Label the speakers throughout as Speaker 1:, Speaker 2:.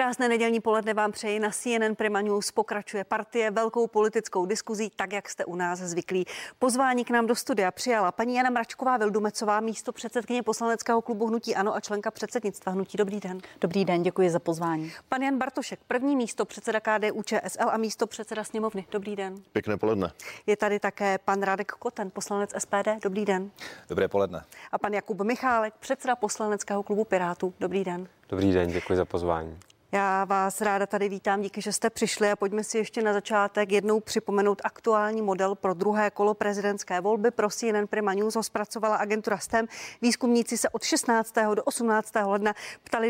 Speaker 1: Krásné nedělní poledne vám přeji. Na CNN Prima News pokračuje partie velkou politickou diskuzí, tak jak jste u nás zvyklí. Pozvání k nám do studia přijala paní Jana Mračková-Vildumetzová, místopředsedkyně poslaneckého klubu Hnutí ANO a členka předsednictva Hnutí. Dobrý den.
Speaker 2: Dobrý den, děkuji za pozvání.
Speaker 1: Pan Jan Bartošek, první místopředseda KDU-ČSL a místopředseda sněmovny. Dobrý den.
Speaker 3: Pěkné poledne.
Speaker 1: Je tady také pan Radek Koten, poslanec SPD. Dobrý den.
Speaker 4: Dobré poledne.
Speaker 1: A pan Jakub Michálek, předseda poslaneckého klubu Pirátů. Dobrý den.
Speaker 5: Dobrý den, děkuji za pozvání.
Speaker 1: Já vás ráda tady vítám, díky, že jste přišli a pojďme si ještě na začátek jednou připomenout aktuální model pro druhé kolo prezidentské volby. Pro CNN Prima News ho zpracovala agentura STEM. Výzkumníci se od 16. do 18. ledna ptali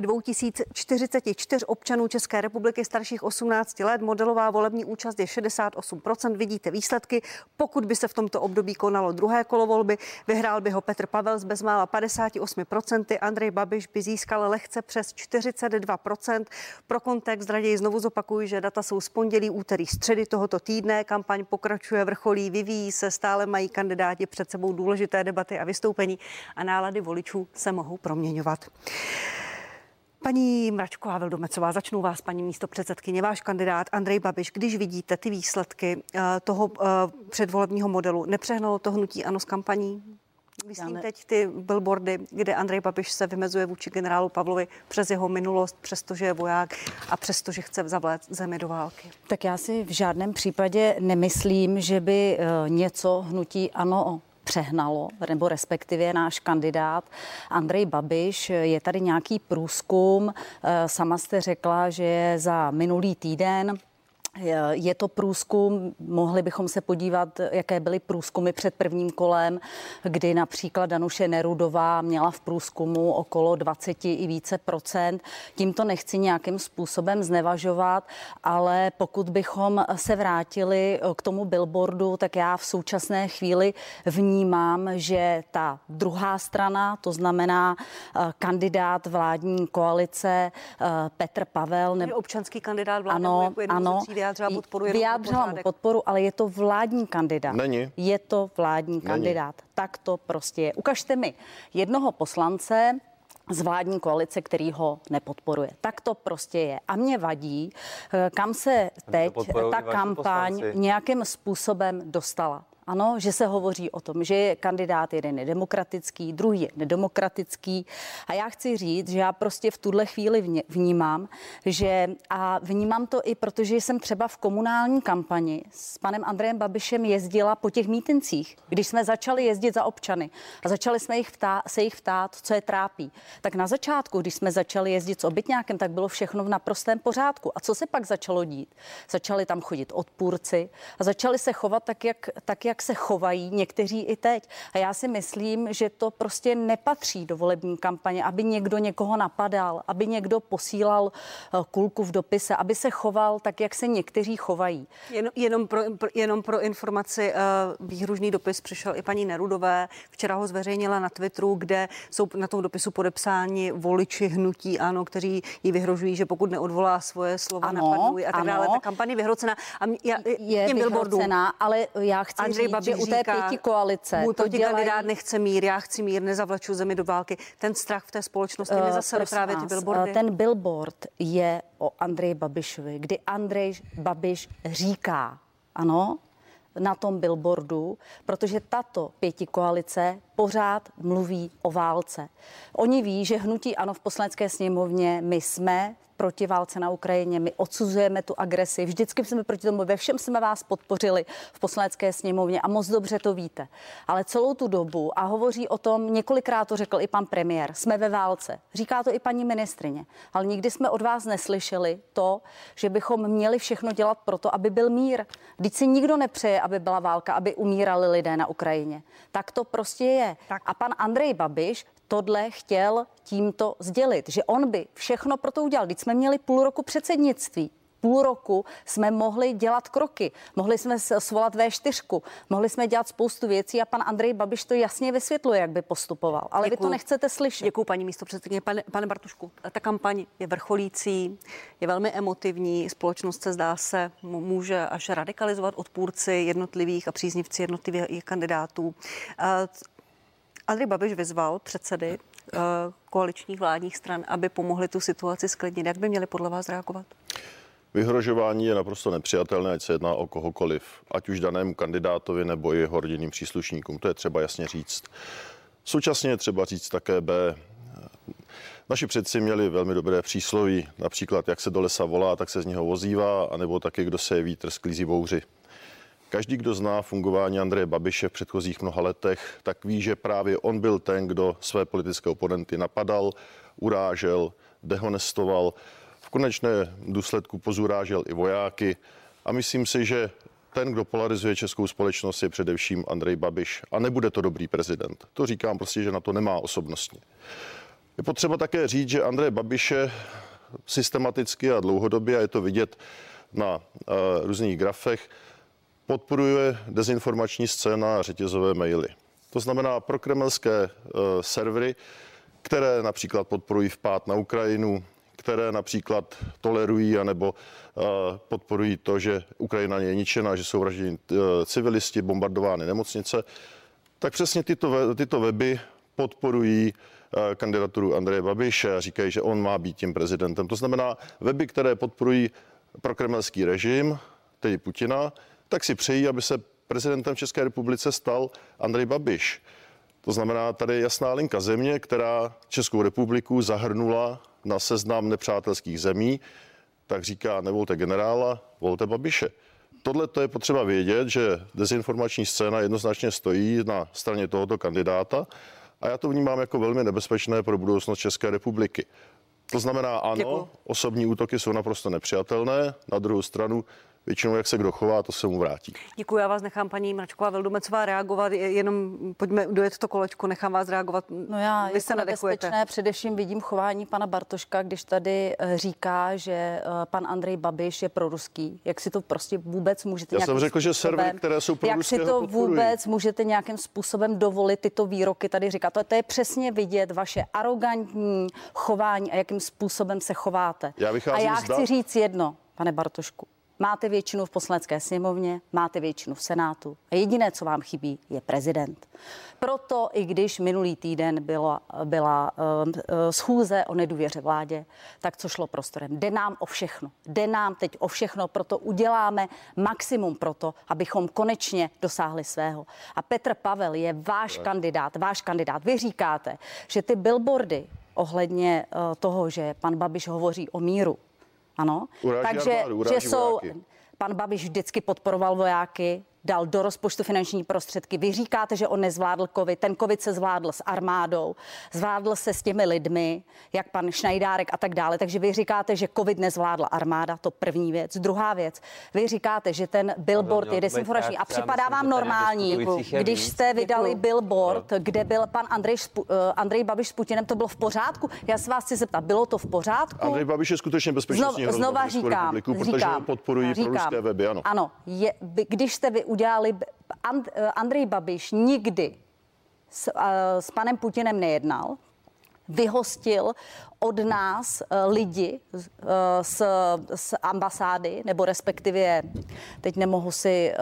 Speaker 1: 2044 občanů České republiky starších 18 let. Modelová volební účast je 68%. Vidíte výsledky. Pokud by se v tomto období konalo druhé kolo volby, vyhrál by ho Petr Pavel s bezmála 58%. Andrej Babiš by získal lehce přes 42%. Pro kontext raději znovu zopakuju, že data jsou z pondělí, úterý, středy tohoto týdne. Kampaň pokračuje, vrcholí, vyvíjí se, stále mají kandidáti před sebou důležité debaty a vystoupení a nálady voličů se mohou proměňovat. Paní Mračková-Vildumetzová, začnu vás, paní místopředsedkyně. Váš kandidát Andrej Babiš, když vidíte ty výsledky toho předvolebního modelu, nepřehnalo to hnutí ANO s kampaní? Myslím teď ty billboardy, kde Andrej Babiš se vymezuje vůči generálu Pavlovi přes jeho minulost, přestože je voják a přestože chce zavléct zemi do války.
Speaker 2: Tak já si v žádném případě nemyslím, že by něco hnutí ANO přehnalo, nebo respektive náš kandidát Andrej Babiš. Je tady nějaký průzkum, sama jste řekla, že je za minulý týden. Je to průzkum, mohli bychom se podívat, jaké byly průzkumy před prvním kolem, kdy například Danuše Nerudová měla v průzkumu okolo 20 i více procent. Tímto nechci nějakým způsobem znevažovat, ale pokud bychom se vrátili k tomu billboardu, tak já v současné chvíli vnímám, že ta druhá strana, to znamená kandidát vládní koalice Petr Pavel.
Speaker 1: Občanský kandidát vlády,
Speaker 2: ano,
Speaker 1: vyjádřila
Speaker 2: mu podporu, ale je to vládní kandidát.
Speaker 3: Není.
Speaker 2: Je to vládní kandidát. Tak to prostě je. Ukažte mi jednoho poslance z vládní koalice, který ho nepodporuje. Tak to prostě je. A mě vadí, kam se teď ta kampaň nějakým způsobem dostala. Ano, že se hovoří o tom, že je kandidát jeden je demokratický, druhý je nedemokratický. A já chci říct, že já prostě v tuhle chvíli vnímám, že a vnímám to i protože jsem třeba v komunální kampani s panem Andrejem Babišem jezdila po těch mítincích, když jsme začali jezdit za občany a začali jsme se jich ptát, co je trápí. Tak na začátku, když jsme začali jezdit s obytňákem, tak bylo všechno v naprostém pořádku. A co se pak začalo dít? Začali tam chodit odpůrci a začali se chovat tak jak se chovají někteří i teď. A já si myslím, že to prostě nepatří do volební kampaně, aby někdo někoho napadal, aby někdo posílal kulku v dopise, aby se choval tak, jak se někteří chovají.
Speaker 1: Jenom pro informaci, výhružný dopis přišel i paní Nerudové. Včera ho zveřejnila na Twitteru, kde jsou na tom dopisu podepsáni voliči hnutí ANO, kteří jí vyhrožují, že pokud neodvolá svoje slova, napadnou a tak dále. Ta kampaň je vyhrocená.
Speaker 2: Je vyhrocená, ale já chci říct, že u té pěti koalice
Speaker 1: to kandidát nechce mír, já chci mír, nezavleču zemi do války. Ten strach v té společnosti nezasely právě ty billboardy.
Speaker 2: Ten billboard je o Andreji Babišovi, kdy Andrej Babiš říká, ano, na tom billboardu, protože tato pětikoalice pořád mluví o válce. Oni ví, že hnutí ANO v poslanecké sněmovně, my jsme proti válce na Ukrajině, my odsuzujeme tu agresi, vždycky jsme proti tomu, ve všem jsme vás podpořili v poslanecké sněmovně a moc dobře to víte. Ale celou tu dobu, a hovoří o tom, několikrát to řekl i pan premiér, jsme ve válce. Říká to i paní ministryně. Ale nikdy jsme od vás neslyšeli to, že bychom měli všechno dělat pro to, aby byl mír. Vždyť si nikdo nepřeje, aby byla válka, aby umírali lidé na Ukrajině. Tak to prostě je. Tak. A pan Andrej Babiš tohle chtěl tímto sdělit, že on by všechno pro to udělal. Vždyť jsme měli půl roku předsednictví. Půl roku jsme mohli dělat kroky, mohli jsme svolat V4, mohli jsme dělat spoustu věcí a pan Andrej Babiš to jasně vysvětluje, jak by postupoval. Ale Děkuju. Vy to nechcete slyšet.
Speaker 1: Děkuju, paní místopředsedkyně. Pane Bartušku, ta kampaň je vrcholící, je velmi emotivní, společnost se zdá se může až radikalizovat, odpůrci jednotlivých a příznivci jednotlivých kandidátů. Andrej Babiš vyzval předsedy koaličních vládních stran, aby pomohli tu situaci sklidnit. Jak by měli podle vás reagovat?
Speaker 3: Vyhrožování je naprosto nepřijatelné, ať se jedná o kohokoliv, ať už danému kandidátovi nebo jeho rodinným příslušníkům. To je třeba jasně říct. Současně je třeba říct také B. Naši předci měli velmi dobré přísloví, například jak se do lesa volá, tak se z něho ozývá, anebo taky kdo se je vítr, sklízí bouři. Každý, kdo zná fungování Andreje Babiše v předchozích mnoha letech, tak ví, že právě on byl ten, kdo své politické oponenty napadal, urážel, dehonestoval, v konečné důsledku pozurážel i vojáky a myslím si, že ten, kdo polarizuje českou společnost, je především Andrej Babiš a nebude to dobrý prezident. To říkám prostě, že na to nemá osobnostně. Je potřeba také říct, že Andreje Babiše systematicky a dlouhodobě, a je to vidět na různých grafech, podporuje dezinformační scéna a řetězové maily. To znamená prokremelské servery, které například podporují vpád na Ukrajinu, které například tolerují anebo podporují to, že Ukrajina je ničena, že jsou vražděni civilisti, bombardovány nemocnice, tak přesně tyto weby podporují kandidaturu Andreje Babiše a říkají, že on má být tím prezidentem. To znamená, weby, které podporují prokremelský režim, tedy Putina, tak si přejí, aby se prezidentem v České republice stal Andrej Babiš. To znamená, tady je jasná linka země, která Českou republiku zahrnula na seznam nepřátelských zemí, tak říká, nevolte generála, volte Babiše. Tohle to je potřeba vědět, že dezinformační scéna jednoznačně stojí na straně tohoto kandidáta a já to vnímám jako velmi nebezpečné pro budoucnost České republiky. To znamená, ano,
Speaker 1: Děkuju.
Speaker 3: Osobní útoky jsou naprosto nepřijatelné, na druhou stranu většinou, jak se kdo chová, to se mu vrátí.
Speaker 1: Děkuji, já vás nechám, paní Mračková Vildumetzová, reagovat, jenom pojďme dojet to kolečko, nechám vás reagovat.
Speaker 2: No já
Speaker 1: Vy se
Speaker 2: jako
Speaker 1: nadechujete.
Speaker 2: nebezpečné především vidím chování pana Bartoška, když tady říká, že pan Andrej Babiš je proruský. Jak si to prostě vůbec můžete
Speaker 3: Já
Speaker 2: nějakým
Speaker 3: jsem řekl, že servery, které jsou
Speaker 2: jak si
Speaker 3: proruského,
Speaker 2: to
Speaker 3: podporují.
Speaker 2: vůbec můžete nějakým způsobem dovolit tyto výroky tady říkat. To je přesně vidět vaše arrogantní chování a jakým způsobem se chováte.
Speaker 3: Já vycházím
Speaker 2: a já
Speaker 3: z dat.
Speaker 2: chci říct jedno, pane Bartošku. Máte většinu v Poslanecké sněmovně, máte většinu v Senátu a jediné, co vám chybí, je prezident. Proto, i když minulý týden byla schůze o nedůvěře vládě, tak co šlo prostorem. Jde nám o všechno. Jde nám teď o všechno, proto uděláme maximum pro to, abychom konečně dosáhli svého. A Petr Pavel je váš kandidát. Vy říkáte, že ty billboardy ohledně toho, že pan Babiš hovoří o míru, ano, takže že jsou, pan Babiš vždycky podporoval vojáky, dal do rozpočtu finanční prostředky. Vy říkáte, že on nezvládl covid. Ten covid se zvládl s armádou, zvládl se s těmi lidmi, jak pan Šnajdárek a tak dále. Takže vy říkáte, že covid nezvládla armáda, to první věc. Druhá věc, vy říkáte, že ten billboard je dezinformační a připadá vám normální, když jste vydali billboard, kde byl pan Andrej Babiš s Putinem, to bylo v pořádku? Já se vás chci zeptat, bylo to v pořádku?
Speaker 3: Andrej Babiš je skutečně bezpečnostní hrozba pro Českou republiku, protože ho podporují proruské weby, ano.
Speaker 2: Ano, když jste vy udělali, Andrej Babiš nikdy s panem Putinem nejednal, vyhostil od nás lidi z ambasády, nebo respektive, teď nemohu si,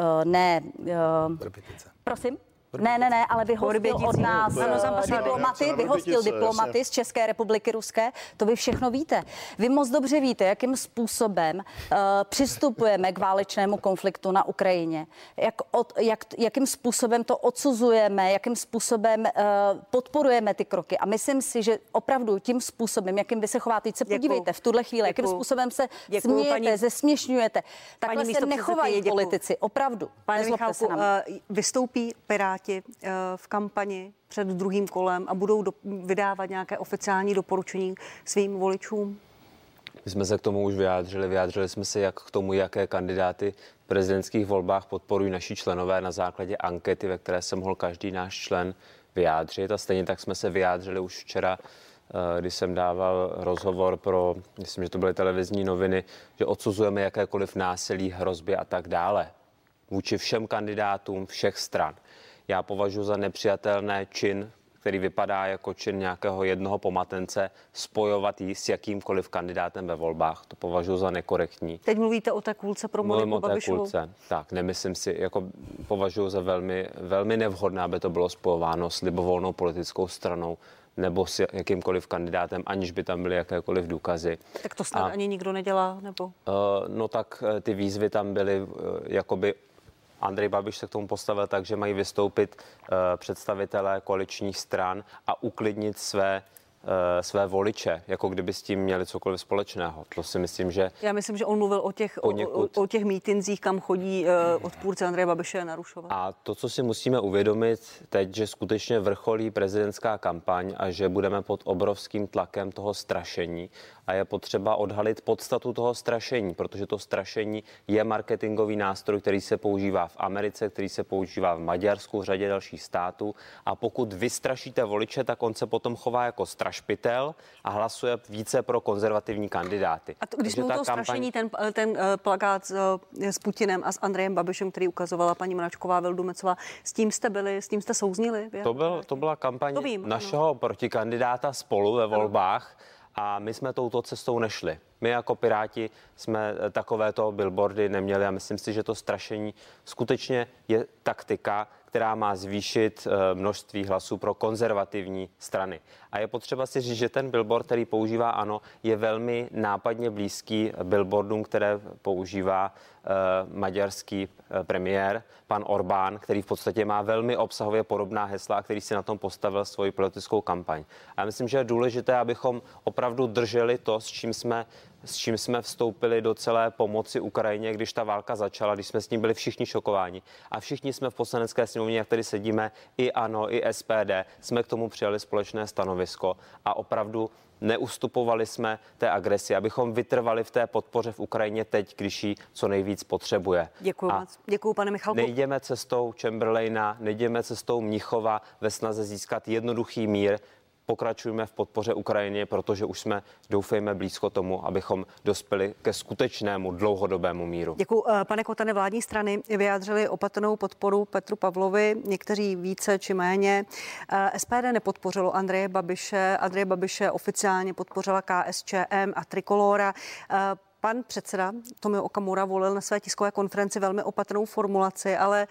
Speaker 2: prosím? Ne, ale vyhostil od nás diplomaty z České republiky ruské. To vy všechno víte. Vy moc dobře víte, jakým způsobem přistupujeme k válečnému konfliktu na Ukrajině. Jakým způsobem to odsuzujeme, jakým způsobem podporujeme ty kroky. A myslím si, že opravdu tím způsobem, jakým vy se chováte, teď se podívejte v tuhle chvíli, jakým způsobem se smějete, zesměšňujete. Takhle se nechovají politici. Opravdu.
Speaker 1: Pane Michalku, vystoupí Piráti v kampani před druhým kolem a budou vydávat nějaké oficiální doporučení svým voličům?
Speaker 5: My jsme se k tomu už vyjádřili jsme se jak k tomu, jaké kandidáty v prezidentských volbách podporují naši členové na základě ankety, ve které se mohl každý náš člen vyjádřit. A stejně tak jsme se vyjádřili už včera, když jsem dával rozhovor pro, myslím, že to byly televizní noviny, že odsuzujeme jakékoliv násilí, hrozby a tak dále. Vůči všem kandidátům všech stran. Já považuji za nepřijatelné čin který vypadá jako čin nějakého jednoho pomatence, spojovat ji s jakýmkoliv kandidátem ve volbách. To považuji za nekorektní.
Speaker 1: Teď mluvíte o té kulce pro Moniku Babišovou?
Speaker 5: Tak, nemyslím si, jako považuji za velmi, velmi nevhodné, aby to bylo spojováno s libovolnou politickou stranou nebo s jakýmkoliv kandidátem, aniž by tam byly jakékoliv důkazy.
Speaker 1: Tak to snad ani nikdo nedělá, nebo?
Speaker 5: No tak ty výzvy tam byly, jakoby Andrej Babiš se k tomu postavil tak, že mají vystoupit představitelé koaličních stran a uklidnit své voliče, jako kdyby s tím měli cokoliv společného. To si myslím, že...
Speaker 1: Já myslím, že on mluvil o těch mítinzích, kam chodí odpůrce Andreje Babiše narušovat.
Speaker 5: A to, co si musíme uvědomit teď, že skutečně vrcholí prezidentská kampaň a že budeme pod obrovským tlakem toho strašení a je potřeba odhalit podstatu toho strašení, protože to strašení je marketingový nástroj, který se používá v Americe, který se používá v Maďarsku, v řadě dalších států a pokud vystrašíte voliče, tak on se potom chová jako strašpitel a hlasuje více pro konzervativní kandidáty.
Speaker 1: A to, když mluvil o strašení, ten plakát s Putinem a s Andrejem Babišem, který ukazovala paní Mračková, Vildumetzová, s tím jste byli, s tím jste souznili?
Speaker 5: To byla kampaň našeho protikandidáta Spolu ve volbách. A my jsme touto cestou nešli. My jako Piráti jsme takovéto billboardy neměli a myslím si, že to strašení skutečně je taktika, která má zvýšit množství hlasů pro konzervativní strany. A je potřeba si říct, že ten billboard, který používá ANO, je velmi nápadně blízký billboardům, které používá maďarský premiér, pan Orbán, který v podstatě má velmi obsahově podobná hesla a který si na tom postavil svoji politickou kampaň. A já myslím, že je důležité, abychom opravdu drželi to, s čím jsme vstoupili do celé pomoci Ukrajině, když ta válka začala, když jsme s ním byli všichni šokováni. A všichni jsme v Poslanecké sněmovně, jak tady sedíme, i ANO, i SPD, jsme k tomu přijali společné stanovisko a opravdu neustupovali jsme té agresi, abychom vytrvali v té podpoře v Ukrajině teď, když ji co nejvíc potřebuje.
Speaker 1: Děkuju, pane Michalko.
Speaker 5: Nejdeme cestou Chamberlaina, nejdeme cestou Mnichova ve snaze získat jednoduchý mír. Pokračujeme v podpoře Ukrajině, protože už jsme, doufejme, blízko tomu, abychom dospěli ke skutečnému dlouhodobému míru.
Speaker 1: Děkuji. Pane Kotane, vládní strany vyjádřili opatrnou podporu Petru Pavlovi, někteří více či méně. SPD nepodpořilo Andreje Babiše. Andreje Babiše oficiálně podpořila KSČM a Trikolóra. Pan předseda Tomio Okamura volil na své tiskové konferenci velmi opatrnou formulaci, ale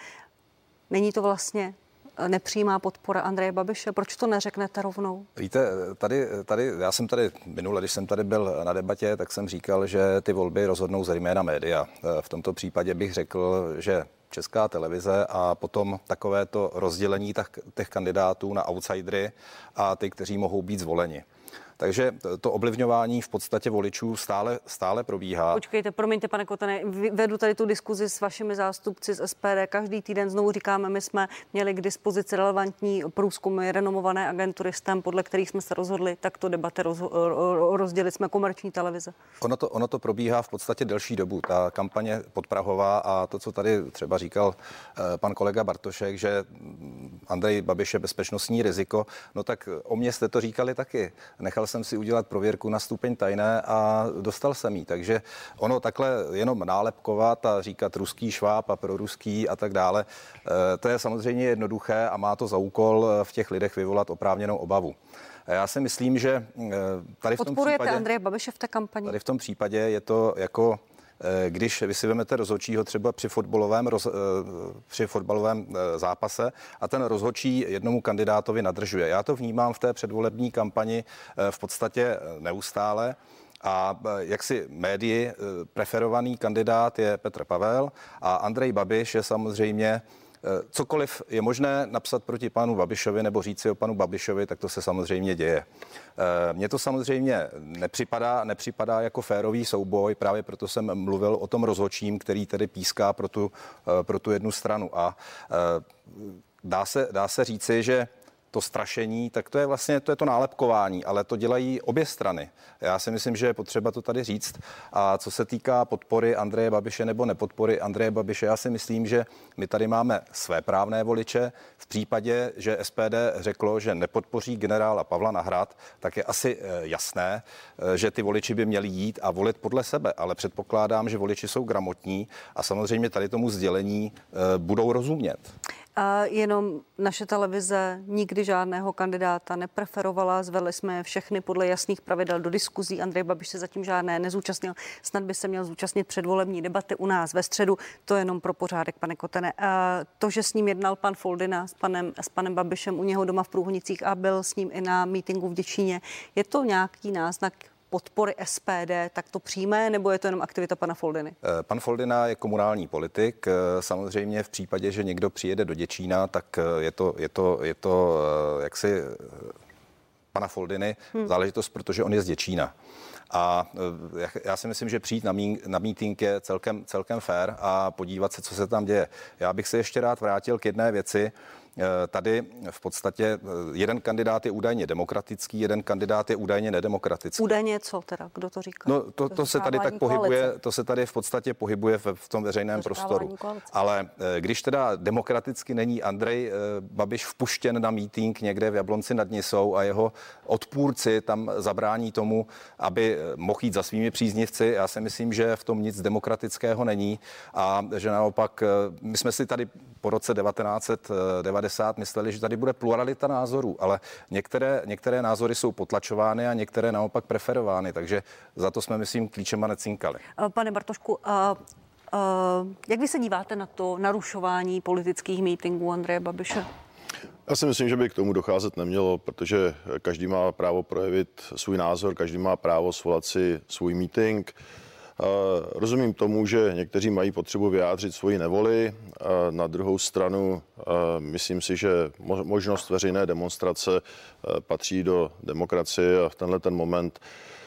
Speaker 1: není to vlastně nepřímá podpora Andreje Babiše? Proč to neřeknete rovnou?
Speaker 4: Víte, tady, já jsem tady minule, když jsem tady byl na debatě, tak jsem říkal, že ty volby rozhodnou zejména média. V tomto případě bych řekl, že Česká televize a potom takovéto rozdělení těch kandidátů na outsidery a ty, kteří mohou být zvoleni. Takže to ovlivňování v podstatě voličů stále probíhá.
Speaker 1: Počkejte, promiňte, pane Kotane, vedu tady tu diskuzi s vašimi zástupci z SPD. Každý týden znovu říkáme, my jsme měli k dispozici relevantní průzkumy renomované agentury STEM, podle kterých jsme se rozhodli takto debaty rozdělit jsme komerční televize.
Speaker 4: Ono to probíhá v podstatě delší dobu. Ta kampaně podprahová a to, co tady třeba říkal pan kolega Bartošek, že Andrej Babiš je bezpečnostní riziko, no tak o mě jste to říkali taky. Nechal jsem si udělat prověrku na stupeň tajné a dostal jsem ji. Takže ono takhle jenom nálepkovat a říkat ruský šváb a proruský a tak dále, to je samozřejmě jednoduché a má to za úkol v těch lidech vyvolat oprávněnou obavu. Já si myslím, že tady v tom
Speaker 1: podporujete
Speaker 4: případě...
Speaker 1: Andreje Babiše v té kampani?
Speaker 4: Tady v tom případě je to jako... Když vy si vezmete rozhodčího třeba při fotbalovém zápase a ten rozhodčí jednomu kandidátovi nadržuje. Já to vnímám v té předvolební kampani v podstatě neustále. A jaksi médii preferovaný kandidát je Petr Pavel a Andrej Babiš je samozřejmě cokoliv je možné napsat proti panu Babišovi nebo říct si o panu Babišovi, tak to se samozřejmě děje. Mně to samozřejmě nepřipadá jako férový souboj, právě proto jsem mluvil o tom rozhodčím, který tedy píská pro tu jednu stranu. A dá se říci, že to strašení, tak to je vlastně to nálepkování, ale to dělají obě strany. Já si myslím, že je potřeba to tady říct. A co se týká podpory Andreje Babiše nebo nepodpory Andreje Babiše, já si myslím, že my tady máme svéprávné voliče. V případě, že SPD řeklo, že nepodpoří generála Pavla na Hrad, tak je asi jasné, že ty voliči by měli jít a volit podle sebe, ale předpokládám, že voliči jsou gramotní a samozřejmě tady tomu sdělení budou rozumět.
Speaker 1: A jenom naše televize nikdy žádného kandidáta nepreferovala, zvedli jsme všechny podle jasných pravidel do diskuzí. Andrej Babiš se zatím žádné nezúčastnil, snad by se měl zúčastnit předvolební debaty u nás ve středu, to jenom pro pořádek, pane Kotene. A to, že s ním jednal pan Foldyna s panem Babišem u něho doma v Průhonicích a byl s ním i na mítinku v Děčíně, je to nějaký náznak podpory SPD, tak to přijme, nebo je to jenom aktivita pana Foldyny?
Speaker 4: Pan Foldyna je komunální politik. Samozřejmě v případě, že někdo přijede do Děčína, tak je to jaksi pana Foldyny záležitost, protože on je z Děčína. A já si myslím, že přijít na mítink je celkem fair a podívat se, co se tam děje. Já bych se ještě rád vrátil k jedné věci. Tady v podstatě jeden kandidát je údajně demokratický, jeden kandidát je údajně nedemokratický.
Speaker 1: Údajně co teda? Kdo to říká?
Speaker 4: No to se tady tak pohybuje, to se tady v podstatě pohybuje v tom veřejném prostoru. Ale když teda demokraticky není Andrej Babiš vpuštěn na mítink někde v Jablonci nad Nisou a jeho odpůrci tam zabrání tomu, aby mohl jít za svými příznivci, já si myslím, že v tom nic demokratického není a že naopak my jsme si tady po roce 1990 mysleli, že tady bude pluralita názorů, ale některé názory jsou potlačovány a některé naopak preferovány, takže za to jsme, myslím, klíčema necinkali.
Speaker 1: Pane Bartošku, jak vy se díváte na to narušování politických mítinků Andreje Babiše?
Speaker 3: Já si myslím, že by k tomu docházet nemělo, protože každý má právo projevit svůj názor, každý má právo svolat si svůj mítink. Rozumím tomu, že někteří mají potřebu vyjádřit svoji nevoli. Na druhou stranu myslím si, že možnost veřejné demonstrace patří do demokracie a v tenhle ten moment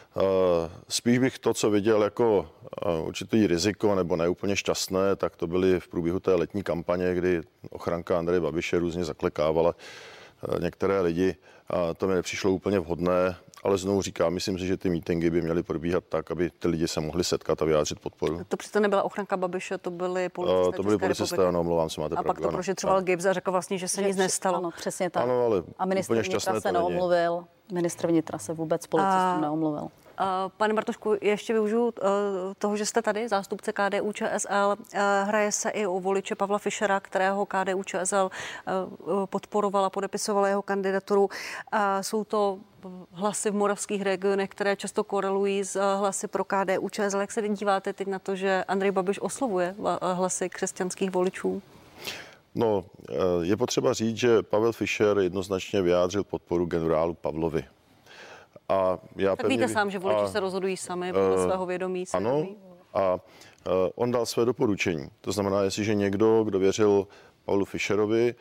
Speaker 3: spíš bych to, co viděl jako určitý riziko nebo neúplně šťastné, tak to byly v průběhu té letní kampaně, kdy ochranka Andreje Babiše různě zaklekávala některé lidi. A to mi nepřišlo úplně vhodné, ale znovu říkám, myslím si, že ty mítingy by měly probíhat tak, aby ty lidi se mohli setkat a vyjádřit podporu.
Speaker 1: To přece nebyla ochranka Babiše, to byli policisté.
Speaker 3: To byli policisté, ano, omlouvám se, máte
Speaker 1: pravdu. A pak to prošetřoval Gibbs a řekl vlastně, že se nic nestalo.
Speaker 2: Ano, přesně tak.
Speaker 3: Ano, ale
Speaker 2: a ministr vnitra se neomluvil. Ministr vnitra se vůbec policistům neomluvil.
Speaker 1: Pane Bartošku, ještě využiju toho, že jste tady, zástupce KDU-ČSL. Hraje se i o voliče Pavla Fischera, kterého KDU-ČSL podporovala, podepisovala jeho kandidaturu. Jsou to hlasy v moravských regionech, které často korelují s hlasy pro KDU-ČSL. Jak se díváte teď na to, že Andrej Babiš oslovuje hlasy křesťanských voličů?
Speaker 3: No, je potřeba říct, že Pavel Fischer jednoznačně vyjádřil podporu generálu Pavlovi. A já
Speaker 1: tak víte sám, že voliči se rozhodují sami podle svého vědomí.
Speaker 3: Ano, a on dal své doporučení. To znamená, jestliže někdo, kdo věřil Pavlu Fischerovi,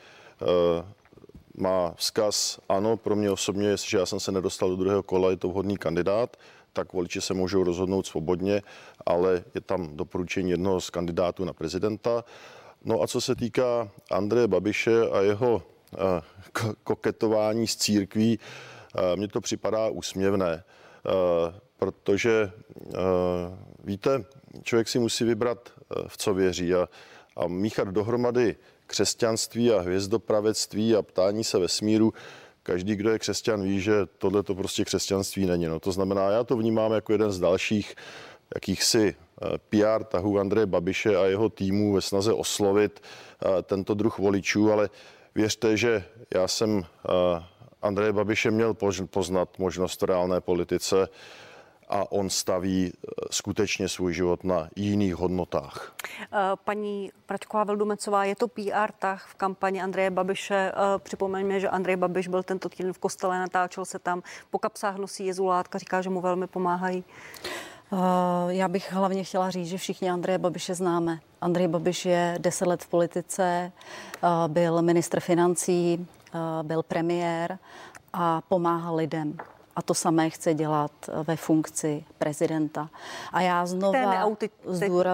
Speaker 3: má vzkaz, ano, pro mě osobně, jestliže já jsem se nedostal do druhého kola, je to vhodný kandidát, tak voliči se můžou rozhodnout svobodně, ale je tam doporučení jednoho z kandidátů na prezidenta. No a co se týká Andreje Babiše a jeho koketování s církví, mně to připadá úsměvné, protože víte, člověk si musí vybrat, v co věří a míchat dohromady křesťanství a hvězdopravectví a ptání se vesmíru. Každý, kdo je křesťan, ví, že tohle to prostě křesťanství není. No, to znamená, já to vnímám jako jeden z dalších jakýchsi PR tahů Andreje Babiše a jeho týmu ve snaze oslovit tento druh voličů, ale věřte, že já jsem Andreje Babiše měl poznat možnost v reálné politice a on staví skutečně svůj život na jiných hodnotách.
Speaker 1: Paní Mračková Vildumetzová, je to PR tah v kampani Andreje Babiše. Připomeňme, že Andrej Babiš byl tento týden v kostele, natáčel se tam, po kapsách nosí jezulátka, říká, že mu velmi pomáhají.
Speaker 2: Já bych hlavně chtěla říct, že všichni Andreje Babiše známe. Andrej Babiš je 10 let v politice, byl ministr financí, byl premiér a pomáhal lidem. A to samé chce dělat ve funkci prezidenta. A já znova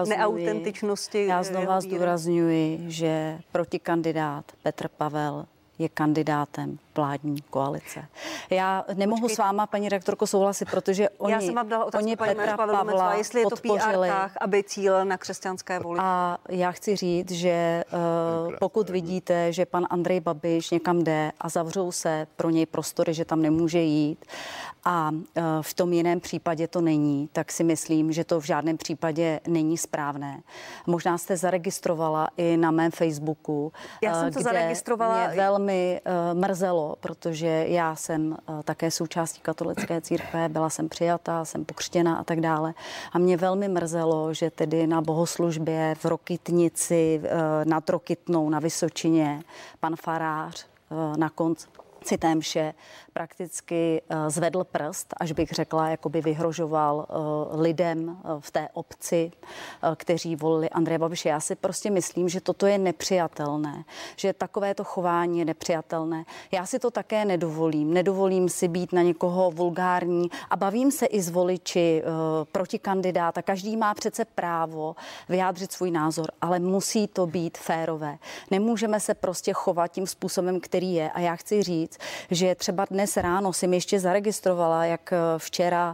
Speaker 2: zdůrazňuji, že protikandidát Petr Pavel je kandidátem vládní koalice. Já nemohu s váma, paní rektorko, souhlasit, protože
Speaker 1: Já jsem vám dala otázku, paní
Speaker 2: Petra
Speaker 1: Pavla,
Speaker 2: Pavla
Speaker 1: jestli je to
Speaker 2: podpořili.
Speaker 1: PR, aby cílil na křesťanské voliče.
Speaker 2: A já chci říct, že pokud vidíte, že pan Andrej Babiš někam jde a zavřou se pro něj prostory, že tam nemůže jít a v tom jiném případě to není, tak si myslím, že to v žádném případě není správné. Možná jste zaregistrovala i na mém Facebooku,
Speaker 1: Já jsem to zaregistrovala.
Speaker 2: Mě velmi mrzelo, protože já jsem také součástí katolické církve, byla jsem přijatá, jsem pokřtěna a tak dále. A mě velmi mrzelo, že tedy na bohoslužbě v Rokytnici nad Rokytnou na Vysočině pan farář na konci té mše prakticky zvedl prst, až bych řekla, jako by vyhrožoval lidem v té obci, kteří volili Andreje Babiše. Já si prostě myslím, že toto je nepřijatelné, že takovéto chování je nepřijatelné. Já si to také nedovolím. Nedovolím si být na někoho vulgární a bavím se i s voliči proti kandidáta. Každý má přece právo vyjádřit svůj názor, ale musí to být férové. Nemůžeme se prostě chovat tím způsobem, který je. A já chci říct, že třeba dnes ráno jsem ještě zaregistrovala, jak včera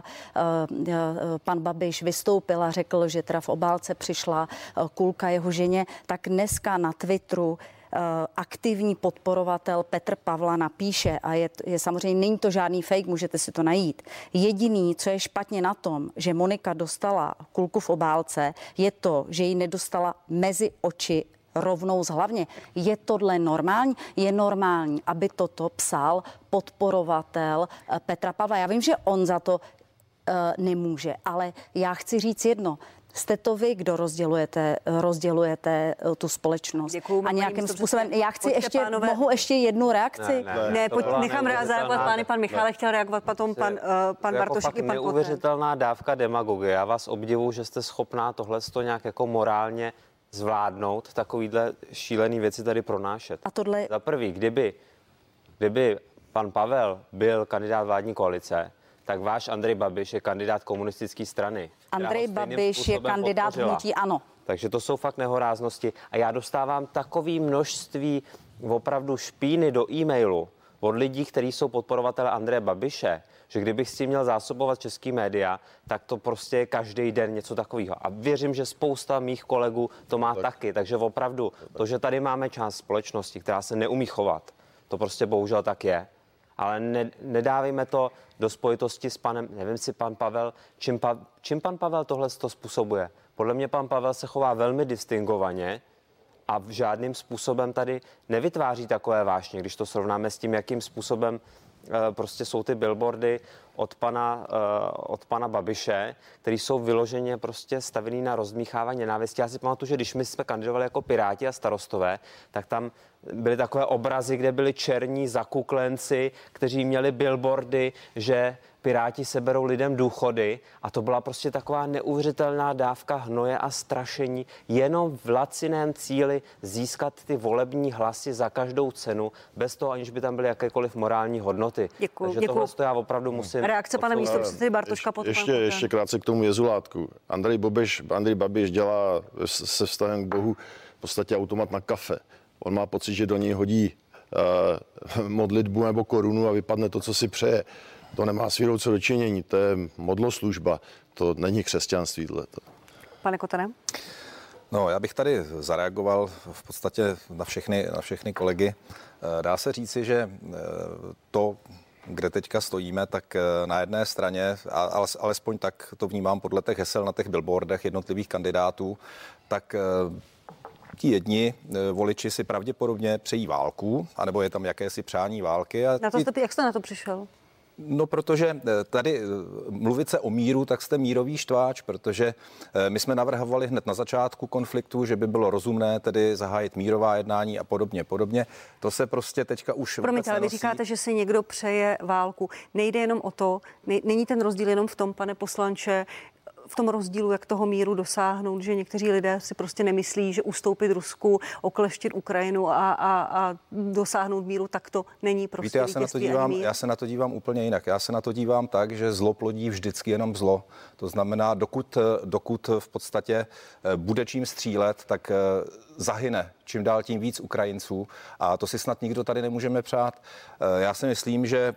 Speaker 2: pan Babiš vystoupil a řekl, že teda v obálce přišla kulka jeho ženě, tak dneska na Twitteru aktivní podporovatel Petr Pavla napíše, a je samozřejmě, není to žádný fake, můžete si to najít. Jediný, co je špatně na tom, že Monika dostala kulku v obálce, je to, že ji nedostala mezi oči rovnou z hlavně. Je tohle normální? Je normální, aby toto psal podporovatel Petra Pavla. Já vím, že on za to nemůže, ale já chci říct jedno. Jste to vy, kdo rozdělujete tu společnost.
Speaker 1: Děkuju,
Speaker 2: a nějakým způsobem. Já chci mohu ještě jednu reakci?
Speaker 1: Ne, nechám reagovat pan Michálek, chtěl reagovat potom pan Bartošek i pan Koten.
Speaker 5: Neuvěřitelná dávka demagogie. Já vás obdivuju, že jste schopná tohleto nějak jako morálně zvládnout, takovýhle šílený věci tady pronášet.
Speaker 2: A tohle...
Speaker 5: Za prvý, kdyby pan Pavel byl kandidát vládní koalice, tak váš Andrej Babiš je kandidát komunistické strany.
Speaker 2: Andrej Babiš je kandidát hnutí ANO.
Speaker 5: Takže to jsou fakt nehoráznosti. A já dostávám takové množství opravdu špíny do e-mailu od lidí, kteří jsou podporovatelé Andreje Babiše, že kdybych s tím měl zásobovat český média, tak to prostě je každý den něco takového. A věřím, že spousta mých kolegů to má taky. Takže opravdu to, že tady máme část společnosti, která se neumí chovat, to prostě bohužel tak je. Ale nedávejme to do spojitosti s panem, nevím si pan Pavel, čím pan Pavel tohle to způsobuje. Podle mě pan Pavel se chová velmi distingovaně a v žádným způsobem tady nevytváří takové vášně, když to srovnáme s tím, jakým způsobem prostě jsou ty billboardy od pana Babiše, který jsou vyloženě prostě stavený na rozdmíchávání nenávisti. Já si pamatuju, že když my jsme kandidovali jako Piráti a Starostové, tak tam byly takové obrazy, kde byli černí zakuklenci, kteří měli billboardy, že Piráti seberou lidem důchody, a to byla prostě taková neuvěřitelná dávka hnoje a strašení, jenom v laciném cíli získat ty volební hlasy za každou cenu, bez toho, aniž by tam byly jakékoliv morální hodnoty. Takže tohle já opravdu musím...
Speaker 1: Reakce pana místopředsedy Bartoška potom.
Speaker 3: Ještě krátce k tomu jezulátku. Andrej Babiš dělá se vztahem k Bohu v podstatě automat na kafe. On má pocit, že do něj hodí modlitbu nebo korunu a vypadne to, co si přeje. To nemá s vírou co dočinění, to je modloslužba, to není křesťanství.
Speaker 1: Pane Kotene?
Speaker 4: No, já bych tady zareagoval v podstatě na všechny kolegy. Dá se říci, že to, kde teďka stojíme, tak na jedné straně, alespoň tak to vnímám podle těch hesel na těch billboardech jednotlivých kandidátů, tak ti jedni voliči si pravděpodobně přejí válku, anebo je tam jakési přání války.
Speaker 1: Jak jste na to přišel?
Speaker 4: No, protože tady mluvit se o míru, tak jste mírový štváč, protože my jsme navrhovali hned na začátku konfliktu, že by bylo rozumné tedy zahájit mírová jednání a podobně. To se prostě teďka už...
Speaker 1: Promiňte, ale vy říkáte, že si někdo přeje válku. Nejde jenom o to, není ten rozdíl jenom v tom, pane poslanče, v tom rozdílu, jak toho míru dosáhnout, že někteří lidé si prostě nemyslí, že ustoupit Rusku, okleštit Ukrajinu a dosáhnout míru, tak to není prostě vítězství ani mír.
Speaker 4: Já se na to dívám úplně jinak. Já se na to dívám tak, že zlo plodí vždycky jenom zlo. To znamená, dokud v podstatě bude čím střílet, tak zahyne čím dál tím víc Ukrajinců a to si snad nikdo tady nemůžeme přát. Já si myslím, že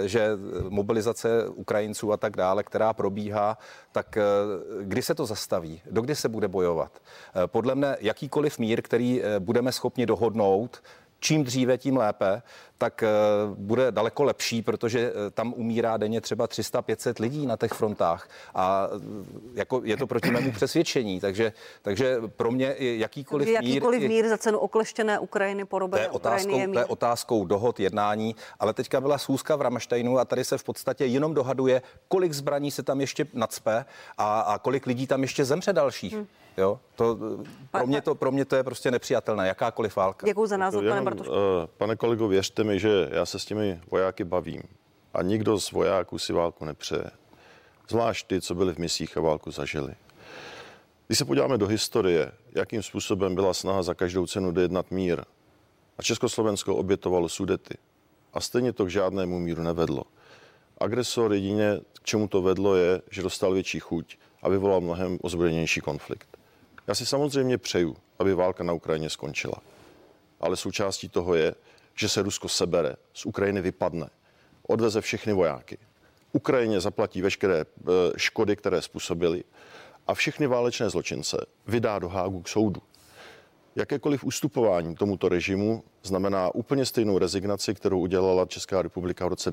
Speaker 4: mobilizace Ukrajinců a tak dále, která probíhá, tak kdy se to zastaví? Dokdy se bude bojovat? Podle mne jakýkoliv mír, který budeme schopni dohodnout, čím dříve, tím lépe, tak bude daleko lepší, protože tam umírá denně třeba 300-500 lidí na těch frontách a jako je to proti mému přesvědčení, takže pro mě jakýkoliv
Speaker 1: mír za cenu okleštěné Ukrajiny, porobené Ukrajiny je mír.
Speaker 4: To je otázkou dohod, jednání, ale teďka byla schůzka v Ramsteinu a tady se v podstatě jenom dohaduje, kolik zbraní se tam ještě nacpe a kolik lidí tam ještě zemře dalších. Jo, to pro mě to je prostě nepřijatelné, jakákoliv válka.
Speaker 1: Děkuji za názor, pane Bartošku.
Speaker 3: Pane kolego, věřte mi, že já se s těmi vojáky bavím a nikdo z vojáků si válku nepřeje. Zvlášť ty, co byli v misích a válku zažili. Když se podíváme do historie, jakým způsobem byla snaha za každou cenu dojednat mír a Československo obětovalo Sudety a stejně to k žádnému míru nevedlo. Agresor jedině, k čemu to vedlo, je, že dostal větší chuť a vyvolal mnohem ozbrojenější konflikt. Já si samozřejmě přeju, aby válka na Ukrajině skončila. Ale součástí toho je, že se Rusko sebere, z Ukrajiny vypadne, odveze všechny vojáky. Ukrajině zaplatí veškeré škody, které způsobili a všechny válečné zločince vydá do Hágu k soudu. Jakékoliv ustupování tomuto režimu znamená úplně stejnou rezignaci, kterou udělala Česká republika v roce